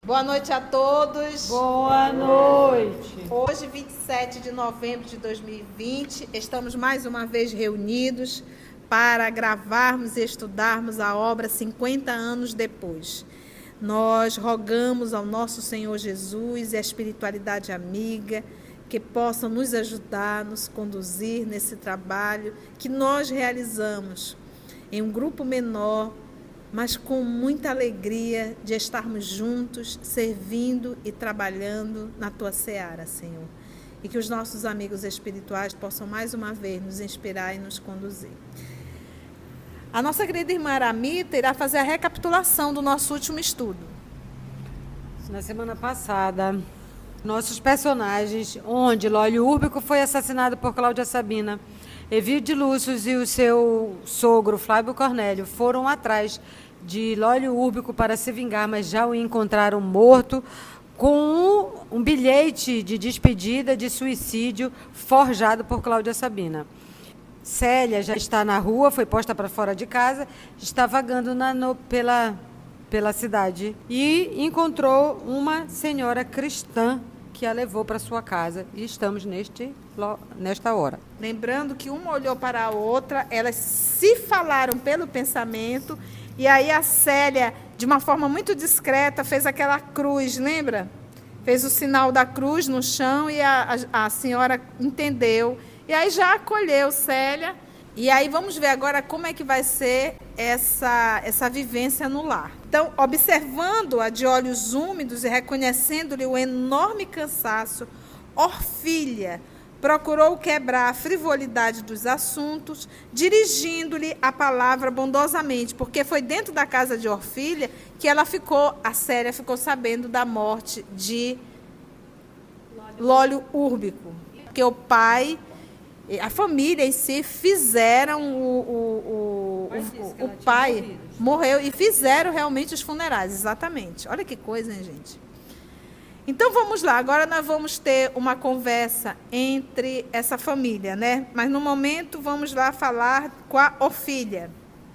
Boa noite a todos. Boa noite. Hoje, 27 de novembro de 2020, estamos mais uma vez reunidos para gravarmos e estudarmos a obra 50 anos depois. Nós rogamos ao nosso Senhor Jesus e à espiritualidade amiga que possam nos ajudar, nos conduzir nesse trabalho que nós realizamos em um grupo menor, mas com muita alegria de estarmos juntos, servindo e trabalhando na Tua seara, Senhor. E que os nossos amigos espirituais possam mais uma vez nos inspirar e nos conduzir. A nossa querida irmã Aramita irá fazer a recapitulação do nosso último estudo. Na semana passada, nossos personagens, onde Lólio Úrbico foi assassinado por Cláudia Sabina, Evide Lúcio e o seu sogro, Flávio Cornélio, foram atrás de Lólio Úrbico para se vingar, mas já o encontraram morto com um bilhete de despedida de suicídio forjado por Cláudia Sabina. Célia já está na rua, foi posta para fora de casa, está vagando pela cidade e encontrou uma senhora cristã que a levou para sua casa e estamos nesta hora. Lembrando que uma olhou para a outra, elas se falaram pelo pensamento e aí a Célia, de uma forma muito discreta, fez aquela cruz, lembra? Fez o sinal da cruz no chão e a senhora entendeu. E aí já acolheu Célia. E aí vamos ver agora como é que vai ser essa vivência no lar. Então, observando-a de olhos úmidos e reconhecendo-lhe o enorme cansaço, Orfília procurou quebrar a frivolidade dos assuntos, dirigindo-lhe a palavra bondosamente, porque foi dentro da casa de Orfília que a Célia ficou sabendo da morte de Lólio Úrbico, porque o pai, a família em si, fizeram o pai morreu e fizeram realmente os funerais, exatamente. Olha que coisa, hein, gente? Então vamos lá, agora nós vamos ter uma conversa entre essa família, né? Mas no momento vamos lá falar com a Orfília.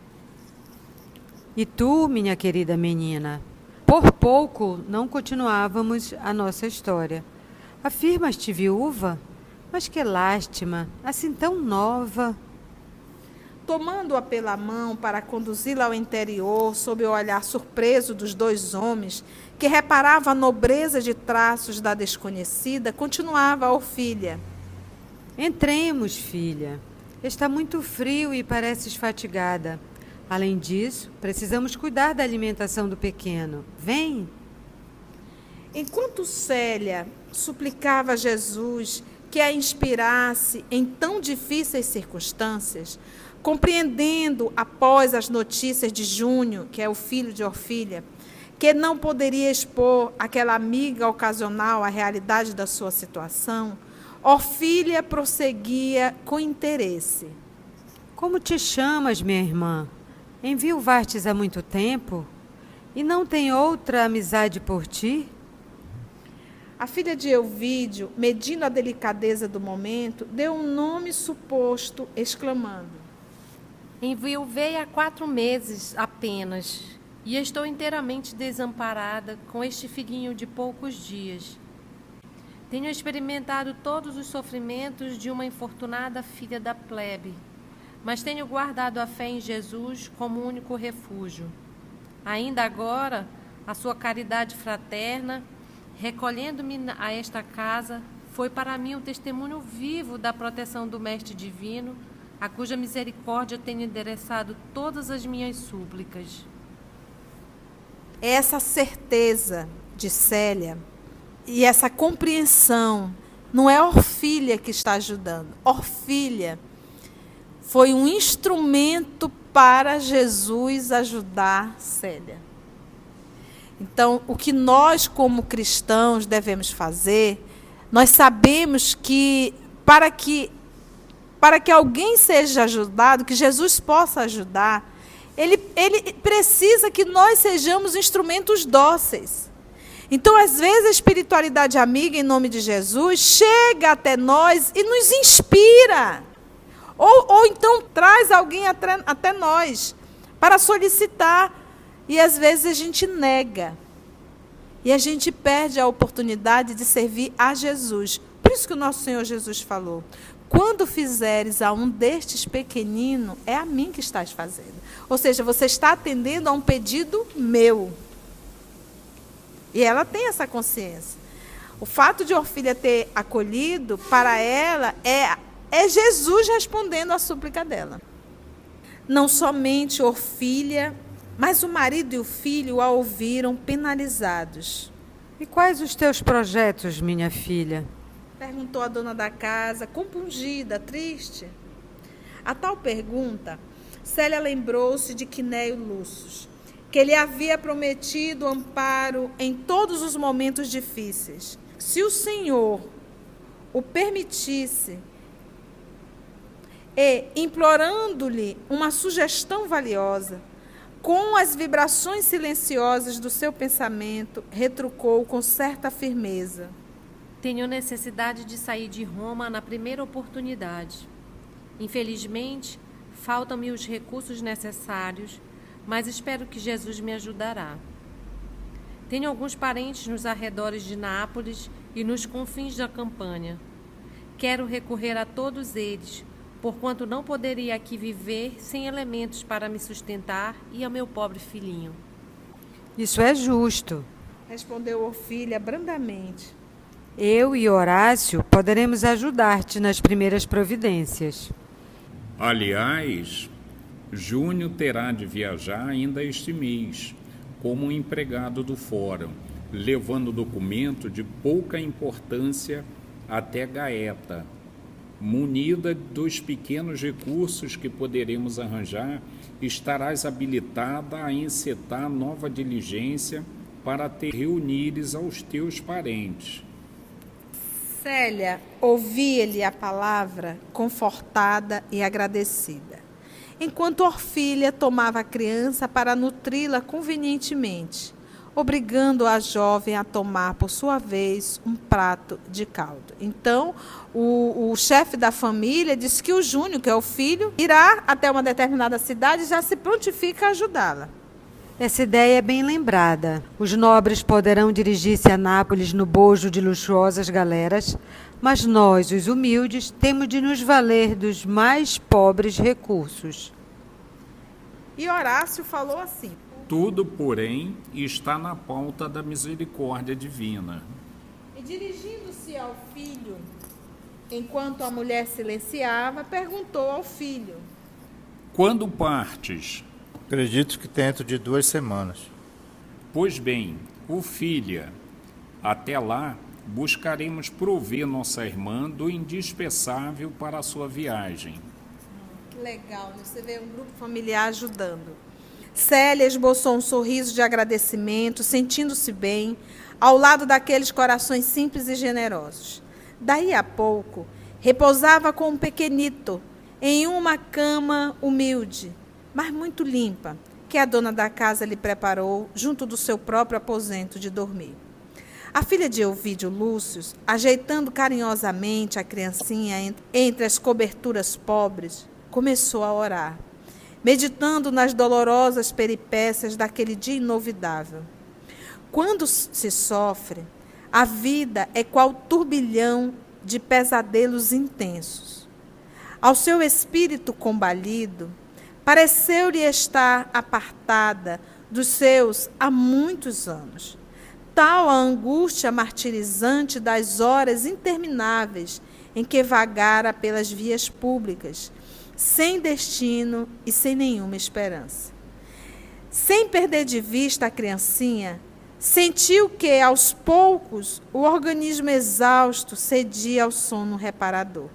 E tu, minha querida menina, por pouco não continuávamos a nossa história. Afirmas-te viúva? Mas que lástima, assim tão nova. Tomando-a pela mão para conduzi-la ao interior, sob o olhar surpreso dos dois homens, que reparava a nobreza de traços da desconhecida, continuava a Orfília. Entremos, filha. Está muito frio e pareces fatigada. Além disso, precisamos cuidar da alimentação do pequeno. Vem. Enquanto Célia suplicava a Jesus que a inspirasse em tão difíceis circunstâncias, compreendendo, após as notícias de Júnior, que é o filho de Orfília, que não poderia expor aquela amiga ocasional à realidade da sua situação, Orfília prosseguia com interesse. Como te chamas, minha irmã? Enviuvastes há muito tempo? E não tem outra amizade por ti? A filha de Elvídio, medindo a delicadeza do momento, deu um nome suposto, exclamando: Enviuvei há 4 meses apenas, e estou inteiramente desamparada com este filhinho de poucos dias. Tenho experimentado todos os sofrimentos de uma infortunada filha da plebe, mas tenho guardado a fé em Jesus como único refúgio. Ainda agora, a sua caridade fraterna, recolhendo-me a esta casa, foi para mim um testemunho vivo da proteção do Mestre Divino, a cuja misericórdia tenho endereçado todas as minhas súplicas. Essa certeza de Célia e essa compreensão, não é Orfília que está ajudando. Orfília foi um instrumento para Jesus ajudar Célia. Então, o que nós, como cristãos, devemos fazer, nós sabemos que para que alguém seja ajudado, que Jesus possa ajudar, ele precisa que nós sejamos instrumentos dóceis. Então, às vezes, a espiritualidade amiga, em nome de Jesus, chega até nós e nos inspira. Ou então traz alguém até nós para solicitar. E às vezes a gente nega. E a gente perde a oportunidade de servir a Jesus. Por isso que o nosso Senhor Jesus falou: quando fizeres a um destes pequeninos, é a mim que estás fazendo. Ou seja, você está atendendo a um pedido meu. E ela tem essa consciência. O fato de Orfília ter acolhido, para ela, é Jesus respondendo à súplica dela. Não somente Orfília, mas o marido e o filho a ouviram penalizados. E quais os teus projetos, minha filha? Perguntou a dona da casa, compungida, triste. A tal pergunta, Célia lembrou-se de Quinéio Lúcio, que lhe havia prometido amparo em todos os momentos difíceis. Se o Senhor o permitisse, e, implorando-lhe uma sugestão valiosa, com as vibrações silenciosas do seu pensamento, retrucou com certa firmeza: tenho necessidade de sair de Roma na primeira oportunidade. Infelizmente, faltam-me os recursos necessários, mas espero que Jesus me ajudará. Tenho alguns parentes nos arredores de Nápoles e nos confins da Campânia. Quero recorrer a todos eles, porquanto não poderia aqui viver sem elementos para me sustentar e ao meu pobre filhinho. Isso é justo, respondeu Orfília brandamente. Eu e Horácio poderemos ajudar-te nas primeiras providências. Aliás, Júnior terá de viajar ainda este mês, como um empregado do fórum, levando documento de pouca importância até Gaeta. Munida dos pequenos recursos que poderemos arranjar, estarás habilitada a encetar nova diligência para te reunires aos teus parentes. Célia ouvia-lhe a palavra, confortada e agradecida, enquanto Orfília tomava a criança para nutri-la convenientemente, obrigando a jovem a tomar, por sua vez, um prato de caldo. Então, o chefe da família disse que o Júnior, que é o filho, irá até uma determinada cidade e já se prontifica a ajudá-la. Essa ideia é bem lembrada. Os nobres poderão dirigir-se a Nápoles no bojo de luxuosas galeras, mas nós, os humildes, temos de nos valer dos mais pobres recursos. E Horácio falou assim: tudo, porém, está na pauta da misericórdia divina. E dirigindo-se ao filho, enquanto a mulher silenciava, perguntou ao filho: quando partes? Acredito que dentro de 2 semanas. Pois bem, filha, até lá buscaremos prover nossa irmã do indispensável para a sua viagem. Que legal, né? Você vê um grupo familiar ajudando. Célia esboçou um sorriso de agradecimento, sentindo-se bem, ao lado daqueles corações simples e generosos. Daí a pouco, repousava com um pequenito, em uma cama humilde, mas muito limpa, que a dona da casa lhe preparou junto do seu próprio aposento de dormir. A filha de Ovídio Lúcio, ajeitando carinhosamente a criancinha entre as coberturas pobres, começou a orar, meditando nas dolorosas peripécias daquele dia inovidável. Quando se sofre, a vida é qual turbilhão de pesadelos intensos. Ao seu espírito combalido, pareceu-lhe estar apartada dos seus há muitos anos. Tal a angústia martirizante das horas intermináveis em que vagara pelas vias públicas, sem destino e sem nenhuma esperança. Sem perder de vista a criancinha, sentiu que, aos poucos, o organismo exausto cedia ao sono reparador.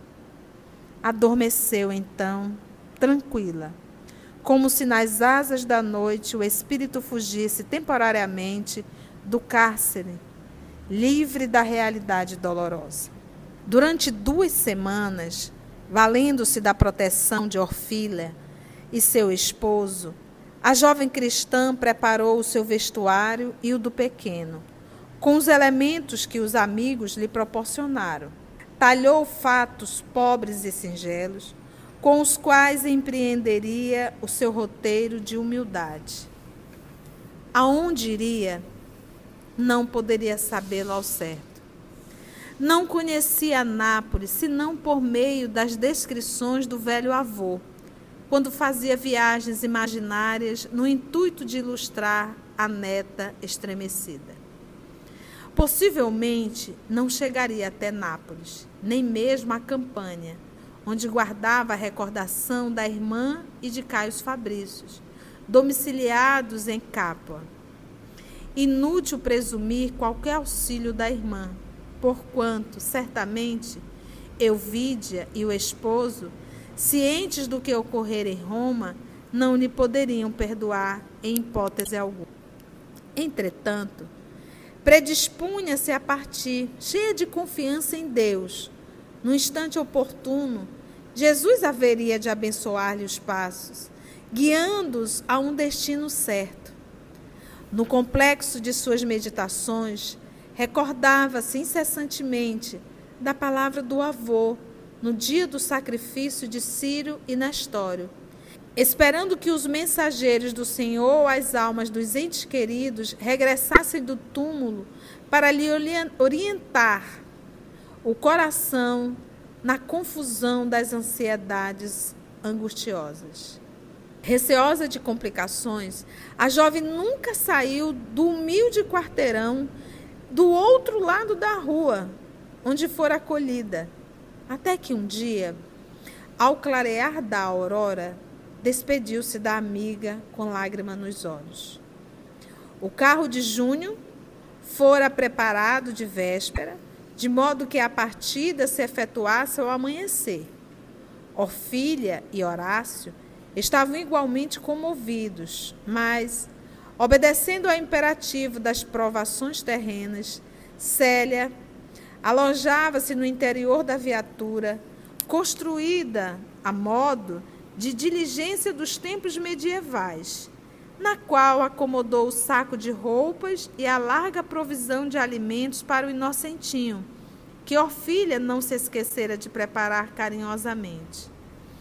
Adormeceu, então, tranquila, como se nas asas da noite o espírito fugisse temporariamente do cárcere, livre da realidade dolorosa. Durante 2 semanas, valendo-se da proteção de Orfília e seu esposo, a jovem cristã preparou o seu vestuário e o do pequeno, com os elementos que os amigos lhe proporcionaram. Talhou fatos pobres e singelos, com os quais empreenderia o seu roteiro de humildade. Aonde iria, não poderia sabê-lo ao certo. Não conhecia Nápoles senão por meio das descrições do velho avô, quando fazia viagens imaginárias no intuito de ilustrar a neta estremecida. Possivelmente não chegaria até Nápoles, nem mesmo a Campânia, onde guardava a recordação da irmã e de Caio Fabrícios, domiciliados em Capua. Inútil presumir qualquer auxílio da irmã, porquanto, certamente, Euvídia e o esposo, cientes do que ocorrera em Roma, não lhe poderiam perdoar em hipótese alguma. Entretanto, predispunha-se a partir, cheia de confiança em Deus. No instante oportuno, Jesus haveria de abençoar-lhe os passos, guiando-os a um destino certo. No complexo de suas meditações, recordava-se incessantemente da palavra do avô, no dia do sacrifício de Ciro e Nestório, esperando que os mensageiros do Senhor às almas dos entes queridos regressassem do túmulo para lhe orientar o coração na confusão das ansiedades angustiosas. Receosa de complicações, a jovem nunca saiu do humilde quarteirão do outro lado da rua, onde fora acolhida, até que um dia, ao clarear da aurora, despediu-se da amiga com lágrima nos olhos. O carro de Júnior fora preparado de véspera, de modo que a partida se efetuasse ao amanhecer. Orfília e Horácio estavam igualmente comovidos, mas, obedecendo ao imperativo das provações terrenas, Célia alojava-se no interior da viatura, construída a modo de diligência dos tempos medievais, na qual acomodou o saco de roupas e a larga provisão de alimentos para o inocentinho, que Orfília não se esquecera de preparar carinhosamente.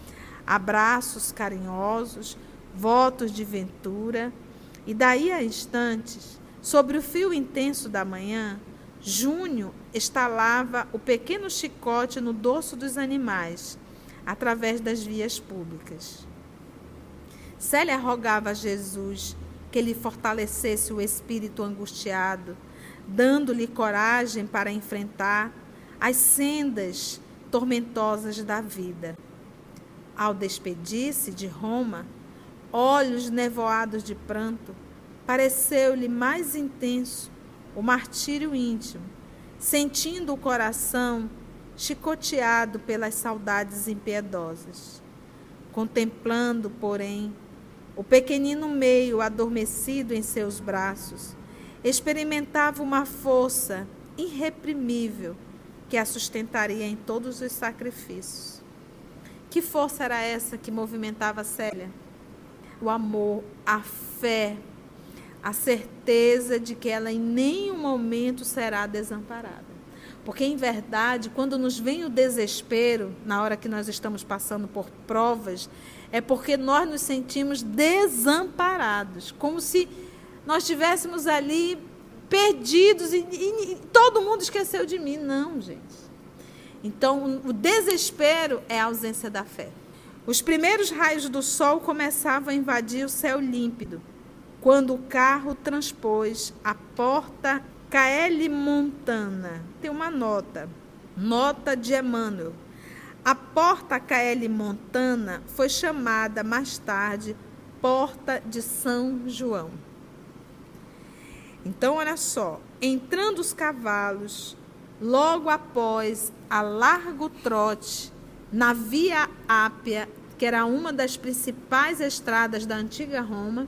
Abraços carinhosos, votos de ventura, e daí a instantes, sobre o fio intenso da manhã, Júnior estalava o pequeno chicote no dorso dos animais, através das vias públicas. Célia rogava a Jesus que lhe fortalecesse o espírito angustiado, dando-lhe coragem para enfrentar as sendas tormentosas da vida. Ao despedir-se de Roma, olhos nevoados de pranto, pareceu-lhe mais intenso o martírio íntimo, sentindo o coração chicoteado pelas saudades impiedosas. Contemplando, porém, o pequenino meio adormecido em seus braços, experimentava uma força irreprimível que a sustentaria em todos os sacrifícios. Que força era essa que movimentava Célia? O amor, a fé, a certeza de que ela em nenhum momento será desamparada. Porque, em verdade, quando nos vem o desespero, na hora que nós estamos passando por provas, é porque nós nos sentimos desamparados, como se nós estivéssemos ali perdidos e todo mundo esqueceu de mim. Não, gente. Então, o desespero é a ausência da fé. Os primeiros raios do sol começavam a invadir o céu límpido, quando o carro transpôs a porta Caeli Montana. Tem uma nota de Emmanuel. A porta Caeli Montana foi chamada mais tarde Porta de São João. Então, olha só, entrando os cavalos, logo após a largo trote na Via Ápia, que era uma das principais estradas da antiga Roma,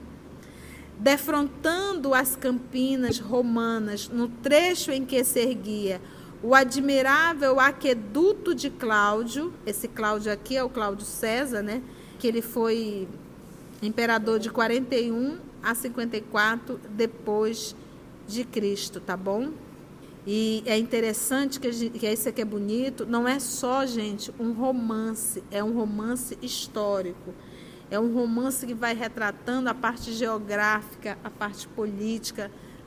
defrontando as campinas romanas no trecho em que se erguia o admirável aqueduto de Cláudio. Esse Cláudio aqui é o Cláudio César, né? Que ele foi imperador de 41 a 54 depois de Cristo, tá bom? E é interessante que isso aqui é bonito, não é só, gente, um romance, é um romance histórico. É um romance que vai retratando a parte geográfica, a parte política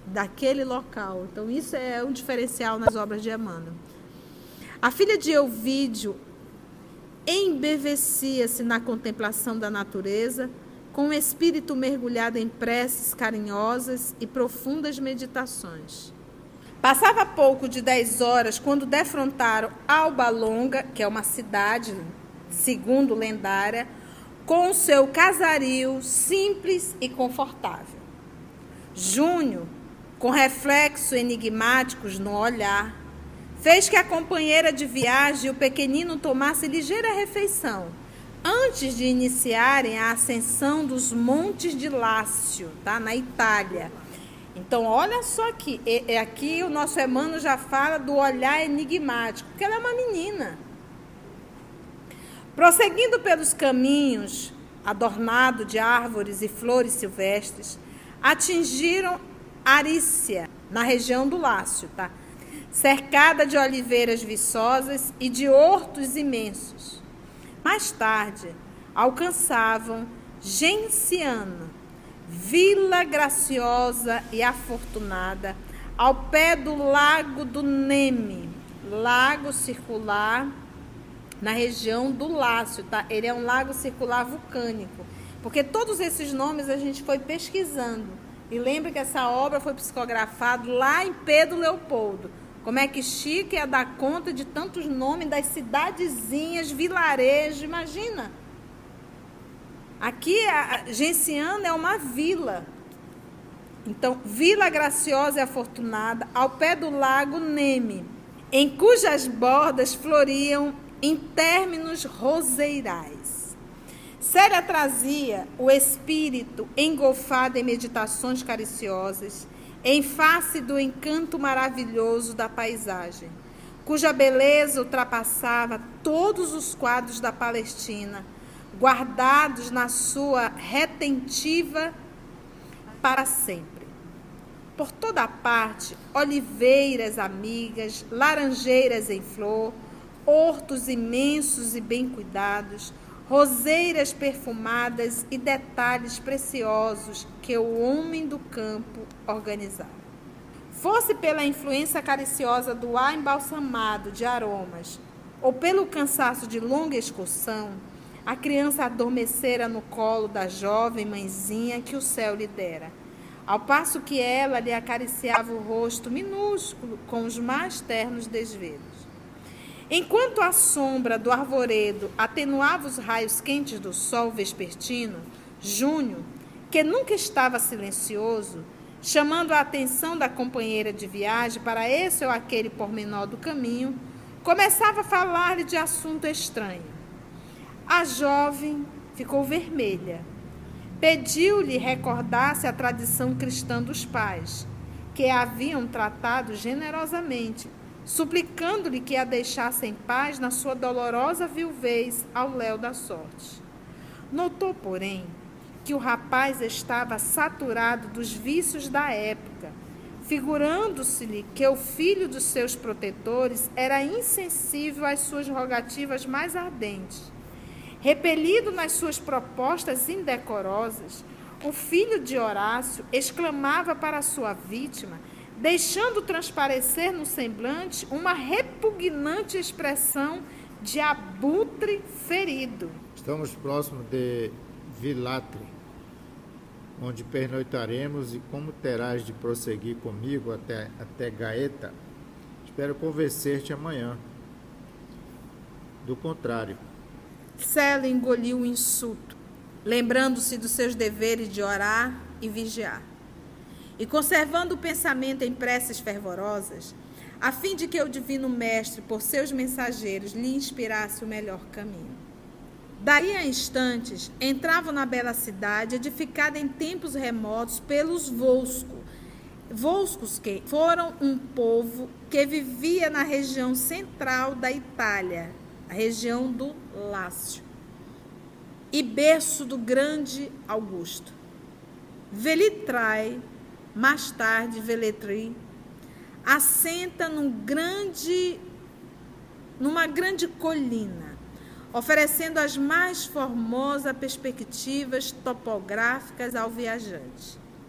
daquele local. Então, isso é um diferencial nas obras de Emmanuel. A filha de Ovídio embevecia-se na contemplação da natureza, com o espírito mergulhado em preces carinhosas e profundas meditações. Passava pouco de 10 horas quando defrontaram Alba Longa, que é uma cidade, segundo lendária, com o seu casario simples e confortável. Júnior, com reflexos enigmáticos no olhar, fez que a companheira de viagem e o pequenino tomassem ligeira refeição, antes de iniciarem a ascensão dos Montes de Lácio, tá? Na Itália. Então, olha só aqui. Aqui o nosso Emmanuel já fala do olhar enigmático, porque ela é uma menina. Prosseguindo pelos caminhos, adornado de árvores e flores silvestres, atingiram Arícia, na região do Lácio, tá? Cercada de oliveiras viçosas e de hortos imensos. Mais tarde, alcançavam Genciana, vila graciosa e afortunada, ao pé do lago do Neme, lago circular na região do Lácio, tá? Ele é um lago circular vulcânico, porque todos esses nomes a gente foi pesquisando. E lembra que essa obra foi psicografada lá em Pedro Leopoldo. Como é que Chico ia dar conta de tantos nomes das cidadezinhas, vilarejos, imagina. Aqui, a Genciana é uma vila. Então, Vila Graciosa e Afortunada, ao pé do lago Neme, em cujas bordas floriam em términos roseirais. Célia trazia o espírito engolfado em meditações cariciosas, em face do encanto maravilhoso da paisagem, cuja beleza ultrapassava todos os quadros da Palestina, guardados na sua retentiva para sempre. Por toda parte, oliveiras amigas, laranjeiras em flor, hortos imensos e bem cuidados, roseiras perfumadas e detalhes preciosos que o homem do campo organizava. Fosse pela influência cariciosa do ar embalsamado de aromas, ou pelo cansaço de longa excursão, a criança adormecera no colo da jovem mãezinha que o céu lhe dera, ao passo que ela lhe acariciava o rosto minúsculo com os mais ternos desvelos. Enquanto a sombra do arvoredo atenuava os raios quentes do sol vespertino, Júnior, que nunca estava silencioso, chamando a atenção da companheira de viagem para esse ou aquele pormenor do caminho, começava a falar-lhe de assunto estranho. A jovem ficou vermelha. Pediu-lhe recordasse a tradição cristã dos pais, que a haviam tratado generosamente, suplicando-lhe que a deixasse em paz na sua dolorosa viuvez ao léu da sorte. Notou, porém, que o rapaz estava saturado dos vícios da época, figurando-se-lhe que o filho dos seus protetores era insensível às suas rogativas mais ardentes. Repelido nas suas propostas indecorosas, o filho de Horácio exclamava para sua vítima, deixando transparecer no semblante uma repugnante expressão de abutre ferido. Estamos próximos de Vilatre, onde pernoitaremos, e como terás de prosseguir comigo até Gaeta, espero convencer-te amanhã. Do contrário. Célia engoliu o insulto, lembrando-se dos seus deveres de orar e vigiar. E conservando o pensamento em preces fervorosas, a fim de que o Divino Mestre, por seus mensageiros, lhe inspirasse o melhor caminho. Daí a instantes, entravam na bela cidade, edificada em tempos remotos pelos Volscos, que foram um povo que vivia na região central da Itália, a região do Lácio, e berço do grande Augusto. Velitrai, mais tarde Velletri, assenta numa grande colina, oferecendo as mais formosas perspectivas topográficas ao viajante.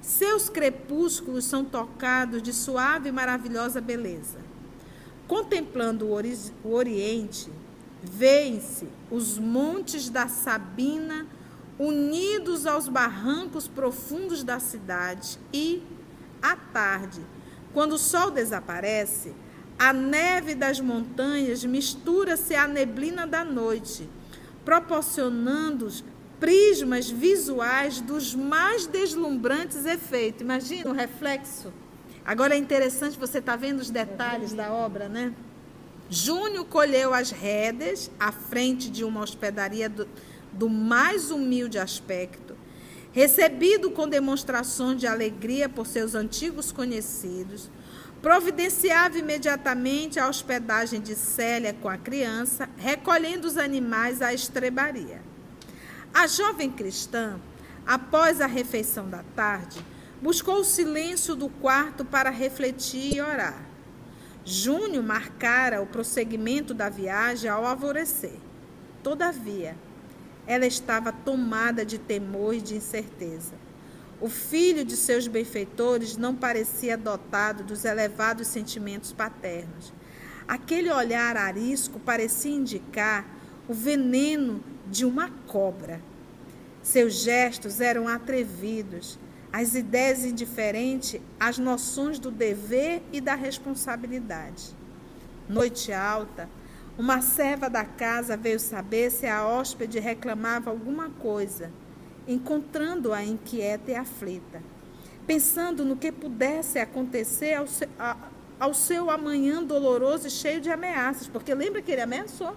Seus crepúsculos são tocados de suave e maravilhosa beleza. Contemplando o Oriente, veem-se os montes da Sabina unidos aos barrancos profundos da cidade e, à tarde, quando o sol desaparece, a neve das montanhas mistura-se à neblina da noite, proporcionando prismas visuais dos mais deslumbrantes efeitos. Imagina o reflexo. Agora é interessante, você está vendo os detalhes da obra, né? Júnior colheu as rédeas à frente de uma hospedaria do mais humilde aspecto, recebido com demonstrações de alegria por seus antigos conhecidos, providenciava imediatamente a hospedagem de Célia com a criança, recolhendo os animais à estrebaria. A jovem cristã, após a refeição da tarde, buscou o silêncio do quarto para refletir e orar. Júnior marcara o prosseguimento da viagem ao alvorecer. Todavia, ela estava tomada de temor e de incerteza. O filho de seus benfeitores não parecia dotado dos elevados sentimentos paternos. Aquele olhar arisco parecia indicar o veneno de uma cobra. Seus gestos eram atrevidos, as ideias indiferentes às noções do dever e da responsabilidade. Noite alta, uma serva da casa veio saber se a hóspede reclamava alguma coisa, encontrando-a inquieta e aflita, pensando no que pudesse acontecer ao seu amanhã doloroso e cheio de ameaças, porque lembra que ele ameaçou.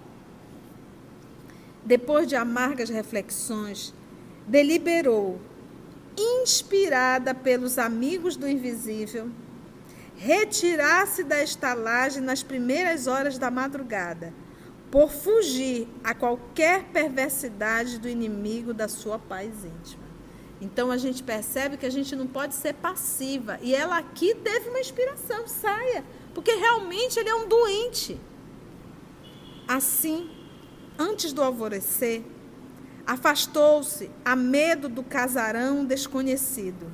Depois de amargas reflexões, deliberou, inspirada pelos amigos do invisível, retirar-se da estalagem nas primeiras horas da madrugada, por fugir a qualquer perversidade do inimigo da sua paz íntima. Então a gente percebe que a gente não pode ser passiva. E ela aqui teve uma inspiração, saia, porque realmente ele é um doente. Assim, antes do alvorecer, afastou-se a medo do casarão desconhecido,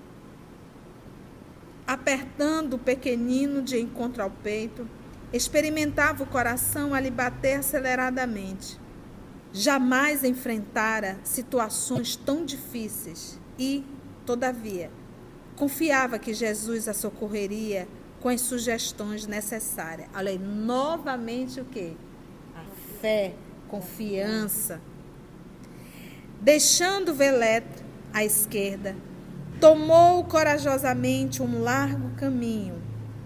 apertando o pequenino de encontro ao peito, experimentava o coração a lhe bater aceleradamente. Jamais enfrentara situações tão difíceis e, todavia, confiava que Jesus a socorreria com as sugestões necessárias. Olha aí, novamente o quê? A fé, confiança. Deixando Velete à esquerda, tomou corajosamente um largo caminho,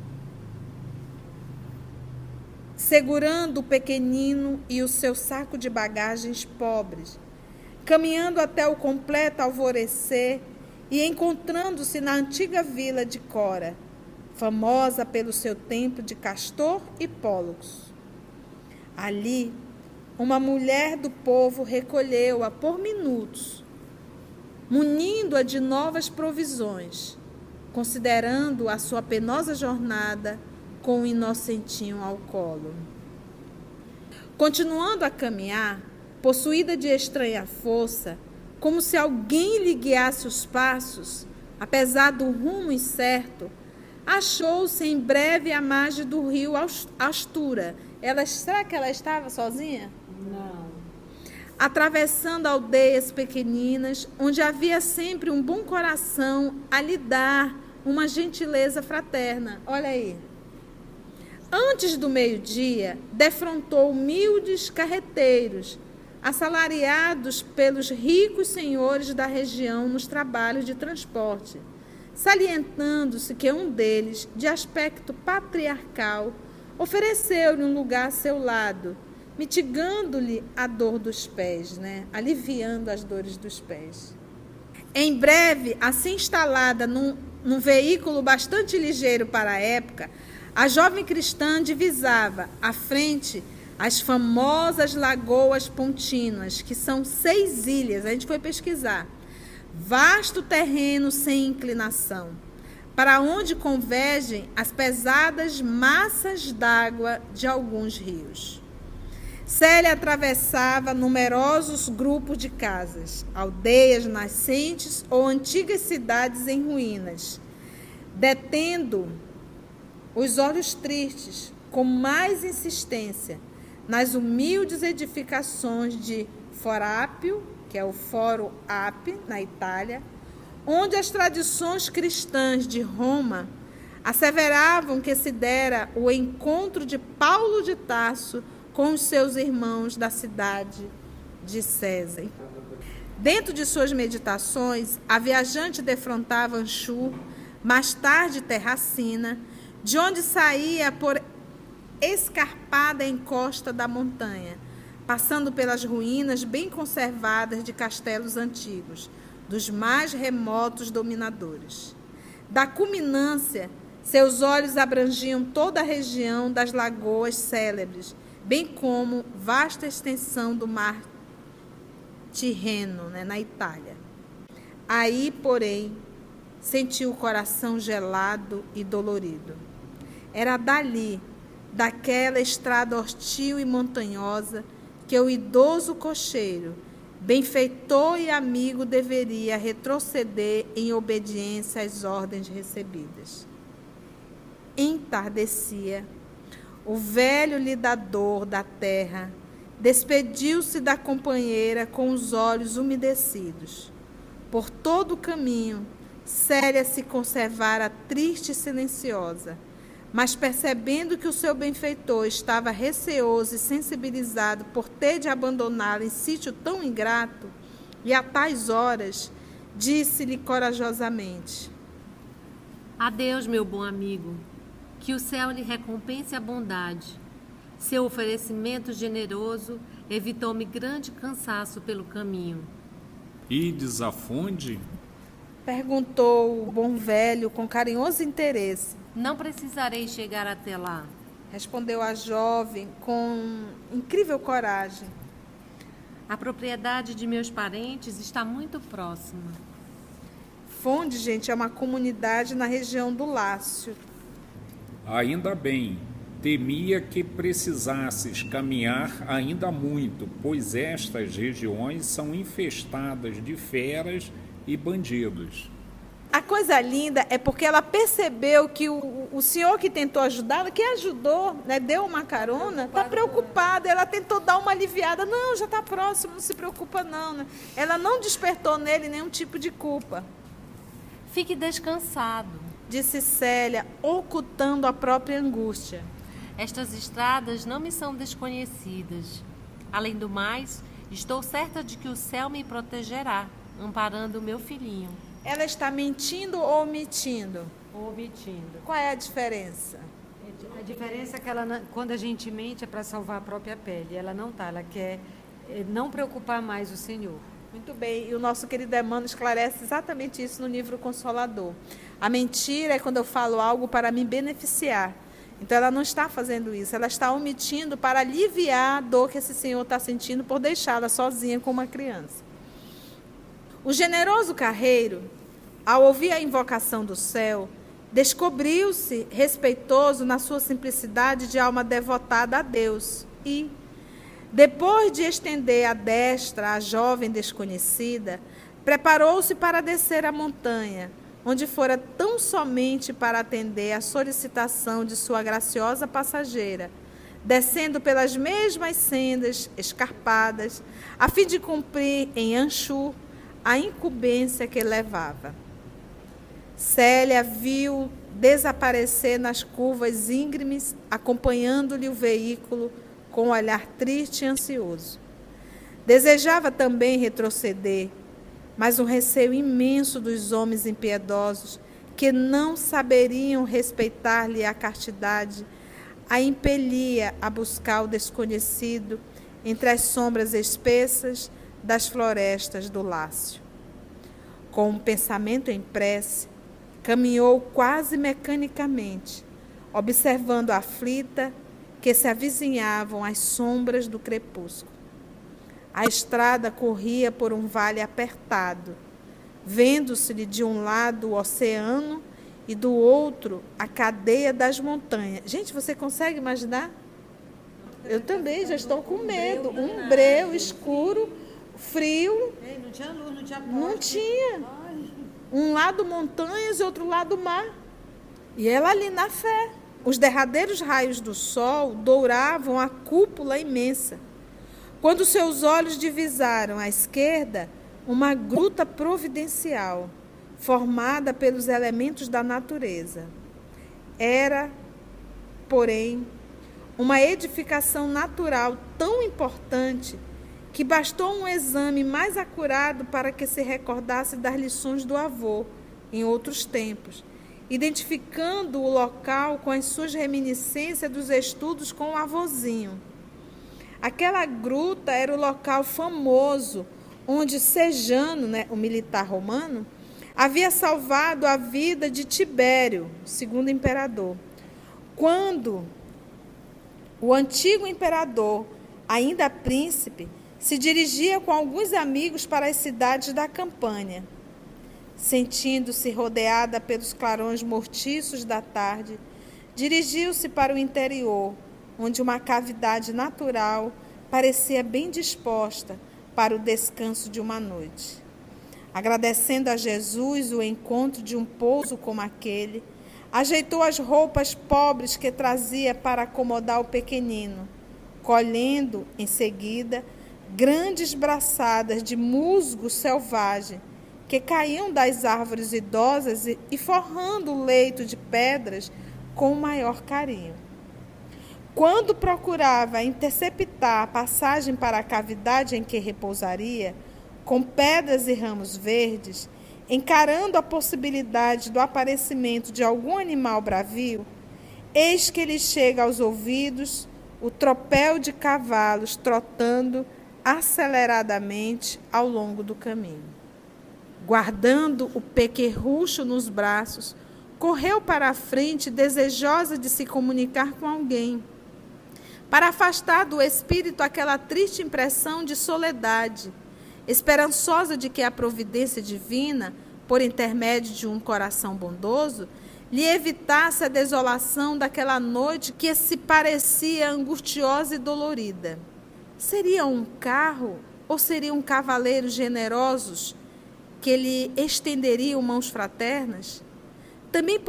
segurando o pequenino e o seu saco de bagagens pobres, caminhando até o completo alvorecer e encontrando-se na antiga vila de Cora, famosa pelo seu templo de Castor e Pólux. Ali, uma mulher do povo recolheu-a por minutos, munindo-a de novas provisões, considerando a sua penosa jornada com o inocentinho ao colo. Continuando a caminhar, possuída de estranha força, como se alguém lhe guiasse os passos, apesar do rumo incerto, achou-se em breve à margem do rio Astura. Será que ela estava sozinha? Não. Atravessando aldeias pequeninas, onde havia sempre um bom coração a lhe dar uma gentileza fraterna. Olha aí. Antes do meio-dia, defrontou humildes carreteiros, assalariados pelos ricos senhores da região nos trabalhos de transporte, salientando-se que um deles, de aspecto patriarcal, ofereceu-lhe um lugar a seu lado, mitigando-lhe a dor dos pés, aliviando as dores dos pés. Em breve, assim instalada num veículo bastante ligeiro para a época, a jovem cristã divisava, à frente, as famosas lagoas contínuas, que são 6 ilhas, a gente foi pesquisar. Vasto terreno sem inclinação, para onde convergem as pesadas massas d'água de alguns rios. Célia atravessava numerosos grupos de casas, aldeias nascentes ou antigas cidades em ruínas, detendo os olhos tristes com mais insistência nas humildes edificações de Forápio, que é o Foro Ape, na Itália, onde as tradições cristãs de Roma asseveravam que se dera o encontro de Paulo de Tarso com os seus irmãos da cidade de César. Dentro de suas meditações, a viajante defrontava Anchur, mais tarde Terracina, de onde saía por escarpada encosta da montanha, passando pelas ruínas bem conservadas de castelos antigos, dos mais remotos dominadores. Da culminância, seus olhos abrangiam toda a região das lagoas célebres, bem como vasta extensão do mar Tirreno, na Itália. Aí, porém, sentiu o coração gelado e dolorido. Era dali, daquela estrada hostil e montanhosa, que o idoso cocheiro, benfeitor e amigo, deveria retroceder em obediência às ordens recebidas. Entardecia. O velho lidador da terra despediu-se da companheira com os olhos umedecidos. Por todo o caminho, Célia se conservara triste e silenciosa, mas percebendo que o seu benfeitor estava receoso e sensibilizado por ter de abandoná-la em sítio tão ingrato, e a tais horas, disse-lhe corajosamente: Adeus, meu bom amigo. Que o céu lhe recompense a bondade. Seu oferecimento generoso evitou-me grande cansaço pelo caminho. E desafonde? Perguntou o bom velho com carinhoso interesse. Não precisarei chegar até lá. Respondeu a jovem com incrível coragem. A propriedade de meus parentes está muito próxima. Fonde, gente, é uma comunidade na região do Lácio. Ainda bem, temia que precisasses caminhar ainda muito, pois estas regiões são infestadas de feras e bandidos. A coisa linda é porque ela percebeu que o senhor que tentou ajudá-la, que ajudou, deu uma carona, está preocupada. Ela tentou dar uma aliviada. Não, já está próximo, não se preocupa não. Ela não despertou nele nenhum tipo de culpa. Fique descansado, disse Célia, ocultando a própria angústia. Estas estradas não me são desconhecidas. Além do mais, estou certa de que o céu me protegerá, amparando o meu filhinho. Ela está mentindo ou omitindo? Omitindo. Qual é a diferença? A diferença é que ela, quando a gente mente é para salvar a própria pele. Ela não está, ela quer não preocupar mais o Senhor. Muito bem, e o nosso querido Emmanuel esclarece exatamente isso no livro Consolador. A mentira é quando eu falo algo para me beneficiar. Então ela não está fazendo isso, ela está omitindo para aliviar a dor que esse senhor está sentindo por deixá-la sozinha com uma criança. O generoso carreiro, ao ouvir a invocação do céu, descobriu-se respeitoso na sua simplicidade de alma devotada a Deus e, depois de estender a destra à jovem desconhecida, preparou-se para descer a montanha, onde fora tão somente para atender à solicitação de sua graciosa passageira, descendo pelas mesmas sendas escarpadas, a fim de cumprir em Anchur a incumbência que levava. Célia viu desaparecer nas curvas íngremes, acompanhando-lhe o veículo com um olhar triste e ansioso. Desejava também retroceder, mas um receio imenso dos homens impiedosos, que não saberiam respeitar-lhe a castidade, a impelia a buscar o desconhecido entre as sombras espessas das florestas do Lácio. Com um pensamento em prece, caminhou quase mecanicamente, observando aflita que se avizinhavam as sombras do crepúsculo. A estrada corria por um vale apertado, vendo-se-lhe de um lado o oceano e do outro a cadeia das montanhas. Gente, você consegue imaginar? Eu também já estou com medo. Um breu escuro, frio. Não tinha luz, não tinha porta. Não tinha. Um lado montanhas e outro lado mar. E ela ali na fé. Os derradeiros raios do sol douravam a cúpula imensa. Quando seus olhos divisaram à esquerda uma gruta providencial, formada pelos elementos da natureza. Era, porém, uma edificação natural tão importante que bastou um exame mais acurado para que se recordasse das lições do avô, em outros tempos, identificando o local com as suas reminiscências dos estudos com o avôzinho. Aquela gruta era o local famoso onde Sejano, o militar romano, havia salvado a vida de Tibério, segundo imperador. Quando o antigo imperador, ainda príncipe, se dirigia com alguns amigos para as cidades da Campânia. Sentindo-se rodeada pelos clarões mortiços da tarde, dirigiu-se para o interior, onde uma cavidade natural parecia bem disposta para o descanso de uma noite. Agradecendo a Jesus o encontro de um pouso como aquele, ajeitou as roupas pobres que trazia para acomodar o pequenino, colhendo, em seguida, grandes braçadas de musgo selvagem que caíam das árvores idosas e forrando o leito de pedras com o maior carinho. Quando procurava interceptar a passagem para a cavidade em que repousaria, com pedras e ramos verdes, encarando a possibilidade do aparecimento de algum animal bravio, eis que lhe chega aos ouvidos o tropel de cavalos trotando aceleradamente ao longo do caminho. Guardando o pequerrucho nos braços, correu para a frente, desejosa de se comunicar com alguém, para afastar do espírito aquela triste impressão de soledade, esperançosa de que a providência divina, por intermédio de um coração bondoso, lhe evitasse a desolação daquela noite que se parecia angustiosa e dolorida. Seria um carro ou seriam cavaleiros generosos que lhe estenderiam mãos fraternas? Também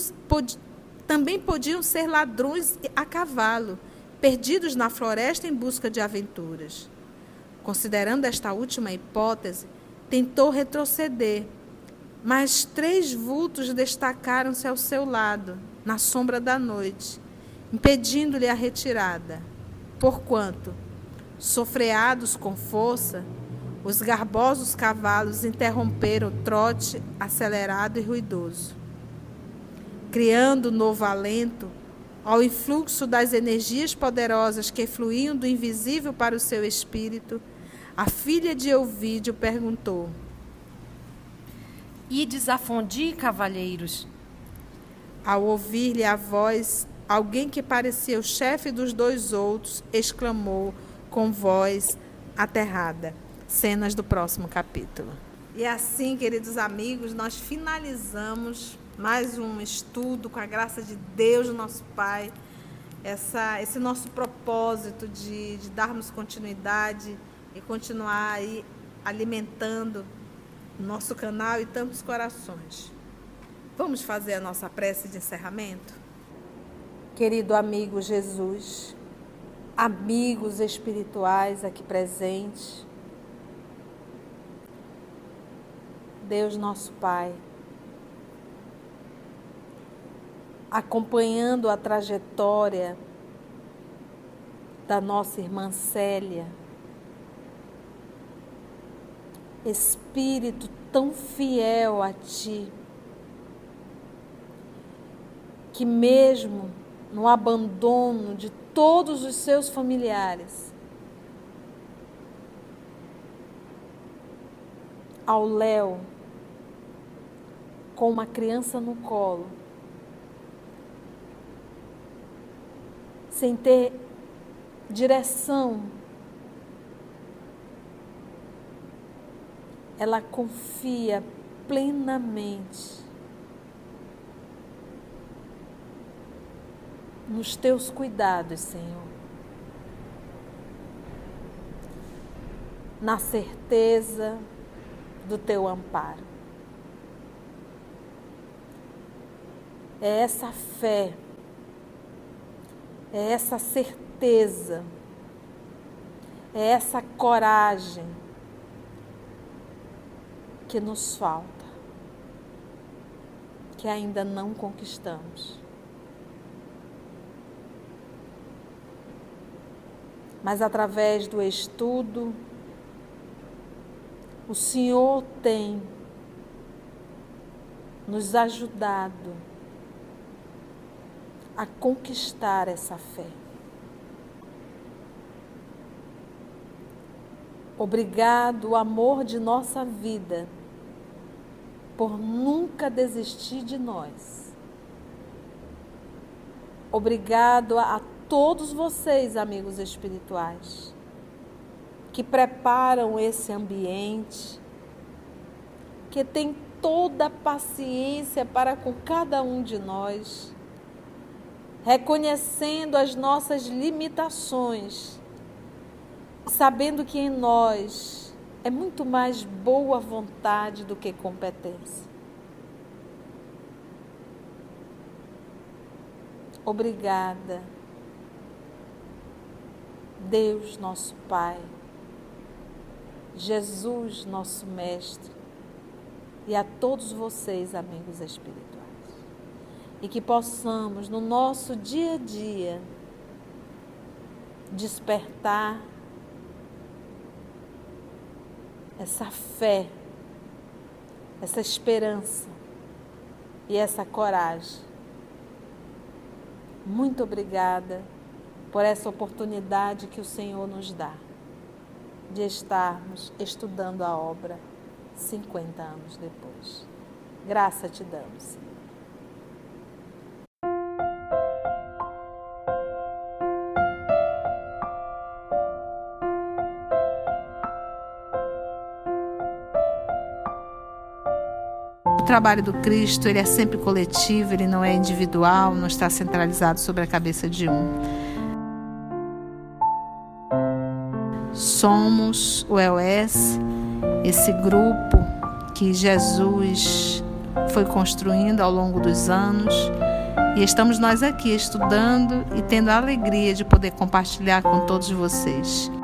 podiam ser ladrões a cavalo, perdidos na floresta em busca de aventuras. Considerando esta última hipótese, tentou retroceder, mas 3 vultos destacaram-se ao seu lado, na sombra da noite, impedindo-lhe a retirada, porquanto, sofreados com força, os garbosos cavalos interromperam o trote acelerado e ruidoso. Criando novo alento, ao influxo das energias poderosas que fluíam do invisível para o seu espírito, a filha de Ovídio perguntou: Ides a Fondi, cavalheiros? Ao ouvir-lhe a voz, alguém que parecia o chefe dos 2 outros exclamou com voz aterrada. Cenas do próximo capítulo. E assim, queridos amigos, nós finalizamos mais um estudo com a graça de Deus, nosso Pai, esse nosso propósito de darmos continuidade e continuar aí alimentando o nosso canal e tantos corações. Vamos fazer a nossa prece de encerramento? Querido amigo Jesus, amigos espirituais aqui presentes, Deus nosso Pai, acompanhando a trajetória da nossa irmã Célia, Espírito tão fiel a Ti, que mesmo no abandono de todos os seus familiares, ao léu, com uma criança no colo, sem ter direção, ela confia plenamente nos teus cuidados, Senhor. na certeza do teu amparo. É essa fé, é essa certeza, é essa coragem que nos falta, que ainda não conquistamos. Mas através do estudo, o Senhor tem nos ajudado a conquistar essa fé. Obrigado, amor de nossa vida, por nunca desistir de nós. Obrigado a todos vocês, amigos espirituais, que preparam esse ambiente, que tem toda a paciência para com cada um de nós, reconhecendo as nossas limitações, sabendo que em nós é muito mais boa vontade do que competência. Obrigada, Deus nosso Pai, Jesus nosso Mestre, e a todos vocês, amigos espirituais. E que possamos, no nosso dia a dia, despertar essa fé, essa esperança e essa coragem. Muito obrigada por essa oportunidade que o Senhor nos dá de estarmos estudando a obra 50 anos depois. Graça te damos, Senhor. O trabalho do Cristo, ele é sempre coletivo, ele não é individual, não está centralizado sobre a cabeça de um. Somos o EOS, esse grupo que Jesus foi construindo ao longo dos anos, e estamos nós aqui estudando e tendo a alegria de poder compartilhar com todos vocês.